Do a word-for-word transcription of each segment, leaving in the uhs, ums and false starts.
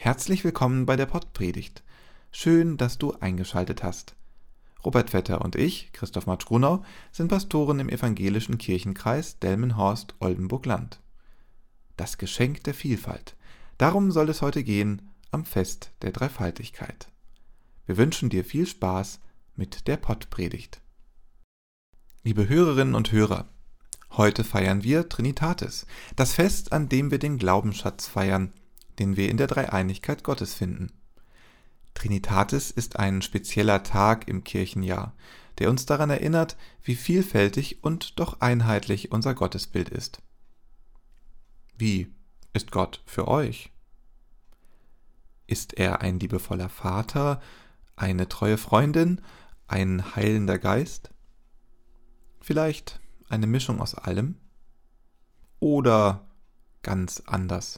Herzlich willkommen bei der Pottpredigt. Schön, dass du eingeschaltet hast. Robert Vetter und ich, Christoph Matsch-Grunau, sind Pastoren im evangelischen Kirchenkreis Delmenhorst-Oldenburg-Land. Das Geschenk der Vielfalt. Darum soll es heute gehen am Fest der Dreifaltigkeit. Wir wünschen dir viel Spaß mit der Pottpredigt. Liebe Hörerinnen und Hörer, heute feiern wir Trinitatis, das Fest, an dem wir den Glaubensschatz feiern, den wir in der Dreieinigkeit Gottes finden. Trinitatis ist ein spezieller Tag im Kirchenjahr, der uns daran erinnert, wie vielfältig und doch einheitlich unser Gottesbild ist. Wie ist Gott für euch? Ist er ein liebevoller Vater, eine treue Freundin, ein heilender Geist? Vielleicht eine Mischung aus allem? Oder ganz anders?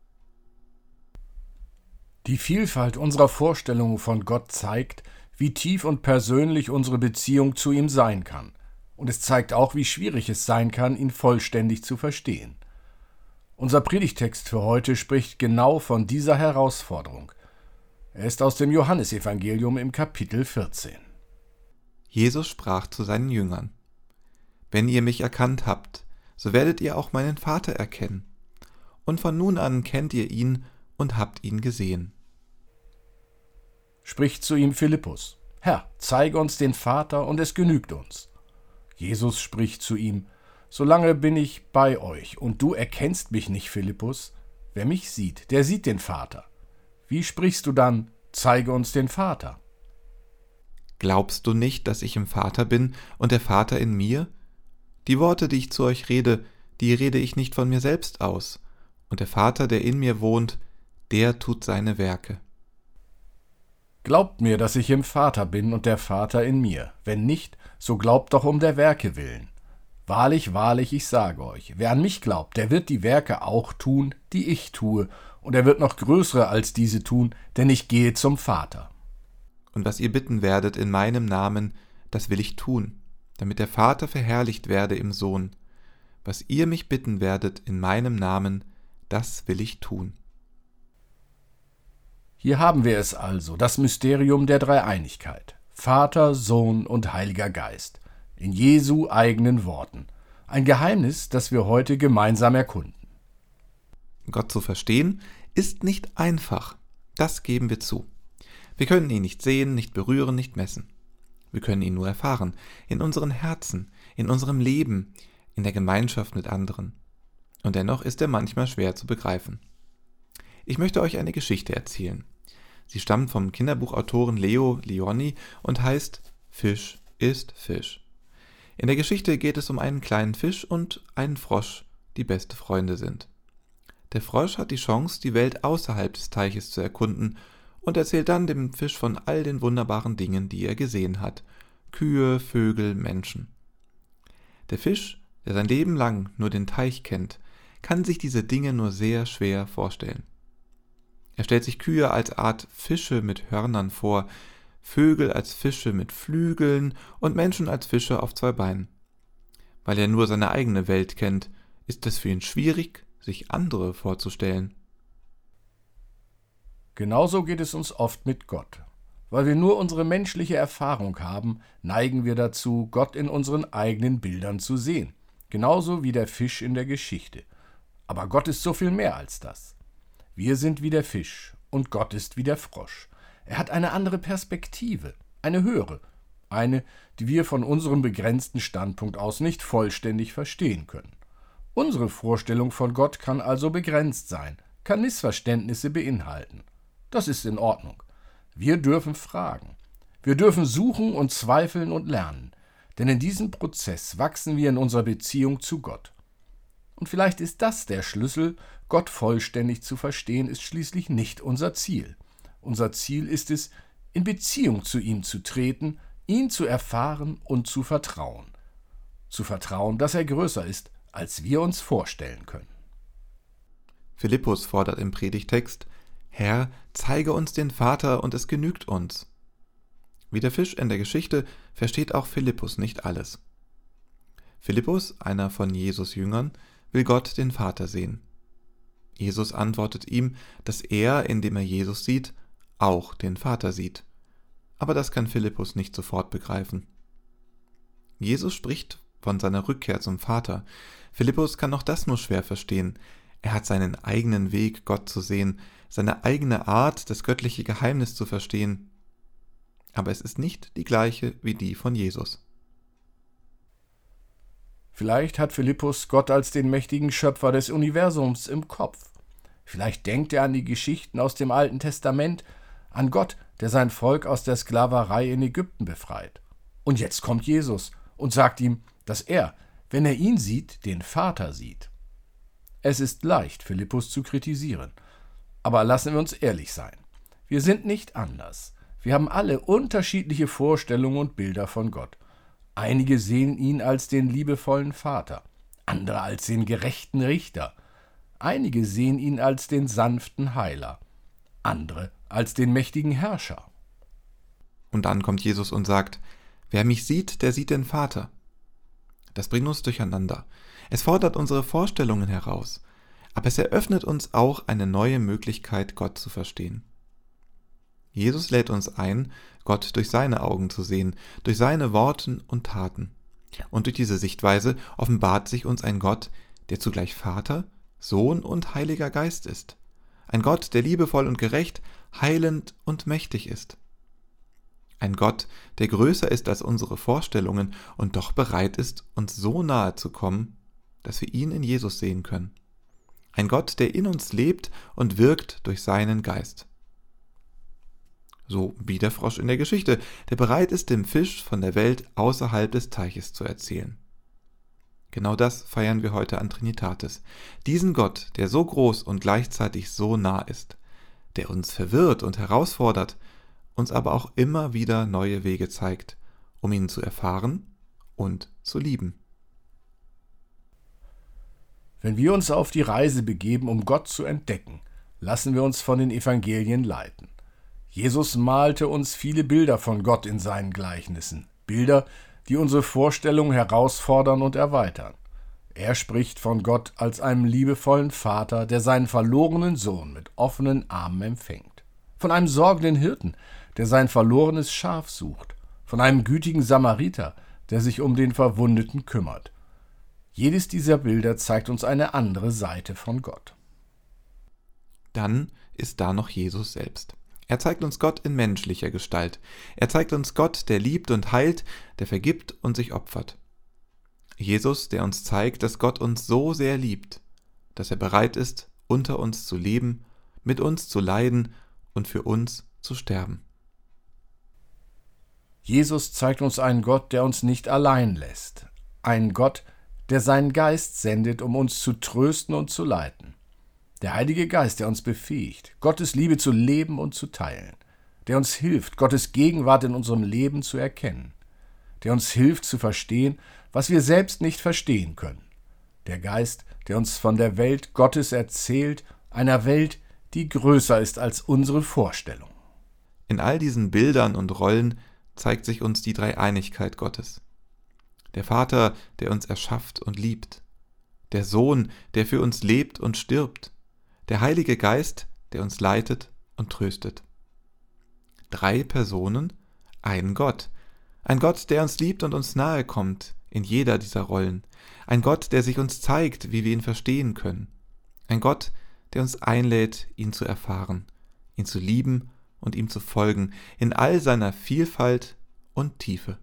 Die Vielfalt unserer Vorstellungen von Gott zeigt, wie tief und persönlich unsere Beziehung zu ihm sein kann. Und es zeigt auch, wie schwierig es sein kann, ihn vollständig zu verstehen. Unser Predigtext für heute spricht genau von dieser Herausforderung. Er ist aus dem Johannesevangelium im Kapitel vierzehn. Jesus sprach zu seinen Jüngern: Wenn ihr mich erkannt habt, so werdet ihr auch meinen Vater erkennen. Und von nun an kennt ihr ihn und habt ihn gesehen. Spricht zu ihm Philippus: Herr, zeige uns den Vater, und es genügt uns. Jesus spricht zu ihm: Solange bin ich bei euch, und du erkennst mich nicht, Philippus. Wer mich sieht, der sieht den Vater. Wie sprichst du dann: Zeige uns den Vater? Glaubst du nicht, dass ich im Vater bin und der Vater in mir? Die Worte, die ich zu euch rede, die rede ich nicht von mir selbst aus. Und der Vater, der in mir wohnt, der tut seine Werke. Glaubt mir, dass ich im Vater bin und der Vater in mir. Wenn nicht, so glaubt doch um der Werke willen. Wahrlich, wahrlich, ich sage euch, wer an mich glaubt, der wird die Werke auch tun, die ich tue, und er wird noch größere als diese tun, denn ich gehe zum Vater. Und was ihr bitten werdet in meinem Namen, das will ich tun, damit der Vater verherrlicht werde im Sohn. Was ihr mich bitten werdet in meinem Namen, das will ich tun. Hier haben wir es also, das Mysterium der Dreieinigkeit. Vater, Sohn und Heiliger Geist. In Jesu eigenen Worten. Ein Geheimnis, das wir heute gemeinsam erkunden. Gott zu verstehen, ist nicht einfach. Das geben wir zu. Wir können ihn nicht sehen, nicht berühren, nicht messen. Wir können ihn nur erfahren, in unseren Herzen, in unserem Leben, in der Gemeinschaft mit anderen. Und dennoch ist er manchmal schwer zu begreifen. Ich möchte euch eine Geschichte erzählen. Sie stammt vom Kinderbuchautoren Leo Lionni und heißt Fisch ist Fisch. In der Geschichte geht es um einen kleinen Fisch und einen Frosch, die beste Freunde sind. Der Frosch hat die Chance, die Welt außerhalb des Teiches zu erkunden und erzählt dann dem Fisch von all den wunderbaren Dingen, die er gesehen hat. Kühe, Vögel, Menschen. Der Fisch, der sein Leben lang nur den Teich kennt, kann sich diese Dinge nur sehr schwer vorstellen. Er stellt sich Kühe als Art Fische mit Hörnern vor, Vögel als Fische mit Flügeln und Menschen als Fische auf zwei Beinen. Weil er nur seine eigene Welt kennt, ist es für ihn schwierig, sich andere vorzustellen. Genauso geht es uns oft mit Gott. Weil wir nur unsere menschliche Erfahrung haben, neigen wir dazu, Gott in unseren eigenen Bildern zu sehen. Genauso wie der Fisch in der Geschichte. Aber Gott ist so viel mehr als das. Wir sind wie der Fisch und Gott ist wie der Frosch. Er hat eine andere Perspektive, eine höhere, eine, die wir von unserem begrenzten Standpunkt aus nicht vollständig verstehen können. Unsere Vorstellung von Gott kann also begrenzt sein, kann Missverständnisse beinhalten. Das ist in Ordnung. Wir dürfen fragen. Wir dürfen suchen und zweifeln und lernen, denn in diesem Prozess wachsen wir in unserer Beziehung zu Gott. Und vielleicht ist das der Schlüssel. Gott vollständig zu verstehen, ist schließlich nicht unser Ziel. Unser Ziel ist es, in Beziehung zu ihm zu treten, ihn zu erfahren und zu vertrauen. Zu vertrauen, dass er größer ist, als wir uns vorstellen können. Philippus fordert im Predigtext: Herr, zeige uns den Vater, und es genügt uns. Wie der Fisch in der Geschichte versteht auch Philippus nicht alles. Philippus, einer von Jesus Jüngern, will Gott den Vater sehen. Jesus antwortet ihm, dass er, indem er Jesus sieht, auch den Vater sieht. Aber das kann Philippus nicht sofort begreifen. Jesus spricht von seiner Rückkehr zum Vater. Philippus kann auch das nur schwer verstehen. Er hat seinen eigenen Weg, Gott zu sehen, seine eigene Art, das göttliche Geheimnis zu verstehen. Aber es ist nicht die gleiche wie die von Jesus. Vielleicht hat Philippus Gott als den mächtigen Schöpfer des Universums im Kopf. Vielleicht denkt er an die Geschichten aus dem Alten Testament, an Gott, der sein Volk aus der Sklaverei in Ägypten befreit. Und jetzt kommt Jesus und sagt ihm, dass er, wenn er ihn sieht, den Vater sieht. Es ist leicht, Philippus zu kritisieren. Aber lassen wir uns ehrlich sein. Wir sind nicht anders. Wir haben alle unterschiedliche Vorstellungen und Bilder von Gott. Einige sehen ihn als den liebevollen Vater, andere als den gerechten Richter. Einige sehen ihn als den sanften Heiler, andere als den mächtigen Herrscher. Und dann kommt Jesus und sagt, wer mich sieht, der sieht den Vater. Das bringt uns durcheinander. Es fordert unsere Vorstellungen heraus, aber es eröffnet uns auch eine neue Möglichkeit, Gott zu verstehen. Jesus lädt uns ein, Gott durch seine Augen zu sehen, durch seine Worte und Taten. Und durch diese Sichtweise offenbart sich uns ein Gott, der zugleich Vater, Sohn und Heiliger Geist ist. Ein Gott, der liebevoll und gerecht, heilend und mächtig ist. Ein Gott, der größer ist als unsere Vorstellungen und doch bereit ist, uns so nahe zu kommen, dass wir ihn in Jesus sehen können. Ein Gott, der in uns lebt und wirkt durch seinen Geist. So wie der Frosch in der Geschichte, der bereit ist, dem Fisch von der Welt außerhalb des Teiches zu erzählen. Genau das feiern wir heute an Trinitatis. Diesen Gott, der so groß und gleichzeitig so nah ist, der uns verwirrt und herausfordert, uns aber auch immer wieder neue Wege zeigt, um ihn zu erfahren und zu lieben. Wenn wir uns auf die Reise begeben, um Gott zu entdecken, lassen wir uns von den Evangelien leiten. Jesus malte uns viele Bilder von Gott in seinen Gleichnissen, Bilder, die unsere Vorstellungen herausfordern und erweitern. Er spricht von Gott als einem liebevollen Vater, der seinen verlorenen Sohn mit offenen Armen empfängt. Von einem sorgenden Hirten, der sein verlorenes Schaf sucht. Von einem gütigen Samariter, der sich um den Verwundeten kümmert. Jedes dieser Bilder zeigt uns eine andere Seite von Gott. Dann ist da noch Jesus selbst. Er zeigt uns Gott in menschlicher Gestalt. Er zeigt uns Gott, der liebt und heilt, der vergibt und sich opfert. Jesus, der uns zeigt, dass Gott uns so sehr liebt, dass er bereit ist, unter uns zu leben, mit uns zu leiden und für uns zu sterben. Jesus zeigt uns einen Gott, der uns nicht allein lässt. Einen Gott, der seinen Geist sendet, um uns zu trösten und zu leiten. Der Heilige Geist, der uns befähigt, Gottes Liebe zu leben und zu teilen. Der uns hilft, Gottes Gegenwart in unserem Leben zu erkennen. Der uns hilft zu verstehen, was wir selbst nicht verstehen können. Der Geist, der uns von der Welt Gottes erzählt, einer Welt, die größer ist als unsere Vorstellung. In all diesen Bildern und Rollen zeigt sich uns die Dreieinigkeit Gottes. Der Vater, der uns erschafft und liebt. Der Sohn, der für uns lebt und stirbt. Der Heilige Geist, der uns leitet und tröstet. Drei Personen, ein Gott. Ein Gott, der uns liebt und uns nahe kommt in jeder dieser Rollen. Ein Gott, der sich uns zeigt, wie wir ihn verstehen können. Ein Gott, der uns einlädt, ihn zu erfahren, ihn zu lieben und ihm zu folgen, in all seiner Vielfalt und Tiefe.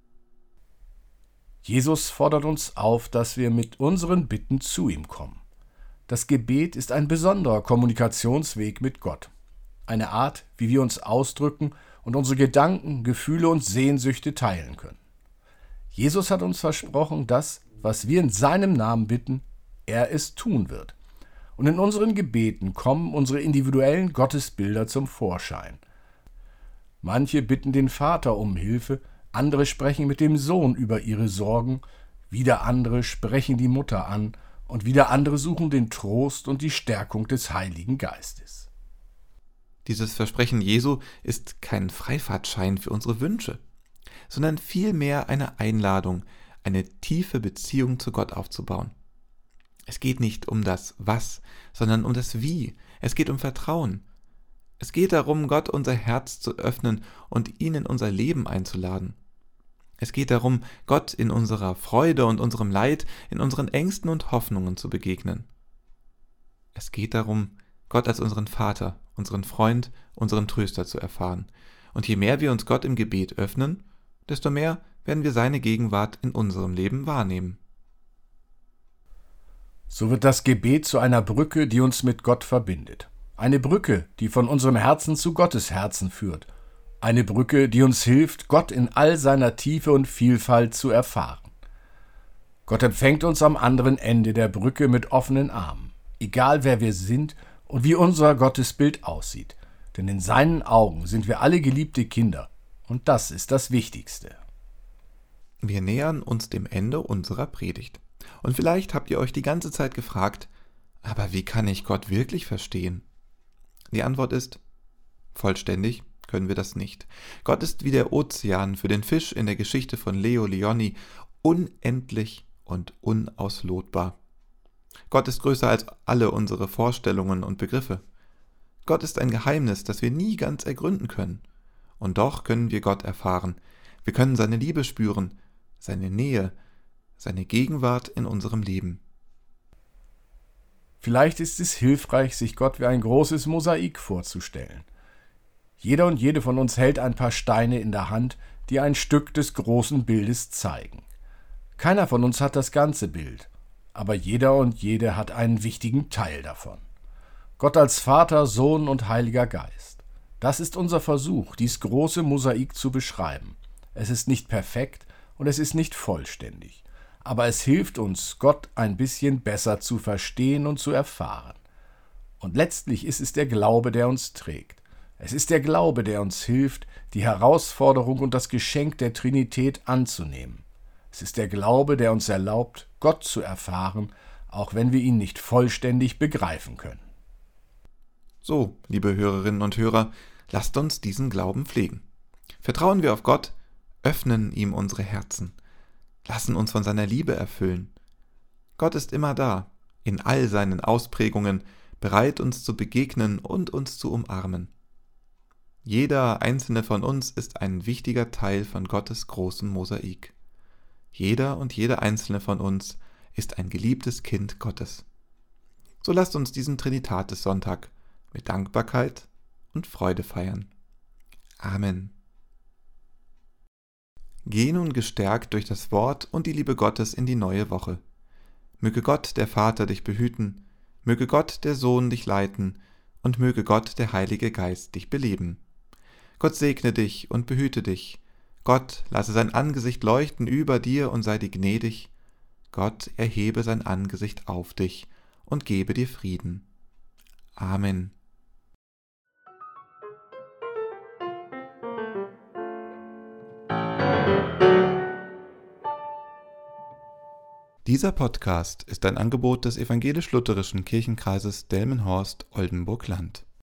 Jesus fordert uns auf, dass wir mit unseren Bitten zu ihm kommen. Das Gebet ist ein besonderer Kommunikationsweg mit Gott. Eine Art, wie wir uns ausdrücken und unsere Gedanken, Gefühle und Sehnsüchte teilen können. Jesus hat uns versprochen, dass, was wir in seinem Namen bitten, er es tun wird. Und in unseren Gebeten kommen unsere individuellen Gottesbilder zum Vorschein. Manche bitten den Vater um Hilfe, andere sprechen mit dem Sohn über ihre Sorgen, wieder andere sprechen die Mutter an und wieder andere suchen den Trost und die Stärkung des Heiligen Geistes. Dieses Versprechen Jesu ist kein Freifahrtschein für unsere Wünsche, sondern vielmehr eine Einladung, eine tiefe Beziehung zu Gott aufzubauen. Es geht nicht um das Was, sondern um das Wie. Es geht um Vertrauen. Es geht darum, Gott unser Herz zu öffnen und ihn in unser Leben einzuladen. Es geht darum, Gott in unserer Freude und unserem Leid, in unseren Ängsten und Hoffnungen zu begegnen. Es geht darum, Gott als unseren Vater, unseren Freund, unseren Tröster zu erfahren. Und je mehr wir uns Gott im Gebet öffnen, desto mehr werden wir seine Gegenwart in unserem Leben wahrnehmen. So wird das Gebet zu einer Brücke, die uns mit Gott verbindet. Eine Brücke, die von unserem Herzen zu Gottes Herzen führt. Eine Brücke, die uns hilft, Gott in all seiner Tiefe und Vielfalt zu erfahren. Gott empfängt uns am anderen Ende der Brücke mit offenen Armen, egal wer wir sind und wie unser Gottesbild aussieht. Denn in seinen Augen sind wir alle geliebte Kinder. Und das ist das Wichtigste. Wir nähern uns dem Ende unserer Predigt. Und vielleicht habt ihr euch die ganze Zeit gefragt, aber wie kann ich Gott wirklich verstehen? Die Antwort ist, vollständig können wir das nicht. Gott ist wie der Ozean für den Fisch in der Geschichte von Leo Lionni, unendlich und unauslotbar. Gott ist größer als alle unsere Vorstellungen und Begriffe. Gott ist ein Geheimnis, das wir nie ganz ergründen können. Und doch können wir Gott erfahren. Wir können seine Liebe spüren, seine Nähe, seine Gegenwart in unserem Leben. Vielleicht ist es hilfreich, sich Gott wie ein großes Mosaik vorzustellen. Jeder und jede von uns hält ein paar Steine in der Hand, die ein Stück des großen Bildes zeigen. Keiner von uns hat das ganze Bild, aber jeder und jede hat einen wichtigen Teil davon. Gott als Vater, Sohn und Heiliger Geist. Das ist unser Versuch, dies große Mosaik zu beschreiben. Es ist nicht perfekt und es ist nicht vollständig, aber es hilft uns, Gott ein bisschen besser zu verstehen und zu erfahren. Und letztlich ist es der Glaube, der uns trägt. Es ist der Glaube, der uns hilft, die Herausforderung und das Geschenk der Trinität anzunehmen. Es ist der Glaube, der uns erlaubt, Gott zu erfahren, auch wenn wir ihn nicht vollständig begreifen können. So, liebe Hörerinnen und Hörer, lasst uns diesen Glauben pflegen. Vertrauen wir auf Gott, öffnen ihm unsere Herzen, lassen uns von seiner Liebe erfüllen. Gott ist immer da, in all seinen Ausprägungen, bereit uns zu begegnen und uns zu umarmen. Jeder einzelne von uns ist ein wichtiger Teil von Gottes großem Mosaik. Jeder und jede einzelne von uns ist ein geliebtes Kind Gottes. So lasst uns diesen Trinitatis-Sonntag mit Dankbarkeit und Freude feiern. Amen. Geh nun gestärkt durch das Wort und die Liebe Gottes in die neue Woche. Möge Gott, der Vater, dich behüten, möge Gott, der Sohn, dich leiten und möge Gott, der Heilige Geist, dich beleben. Gott segne dich und behüte dich. Gott lasse sein Angesicht leuchten über dir und sei dir gnädig. Gott erhebe sein Angesicht auf dich und gebe dir Frieden. Amen. Dieser Podcast ist ein Angebot des evangelisch-lutherischen Kirchenkreises Delmenhorst-Oldenburg-Land.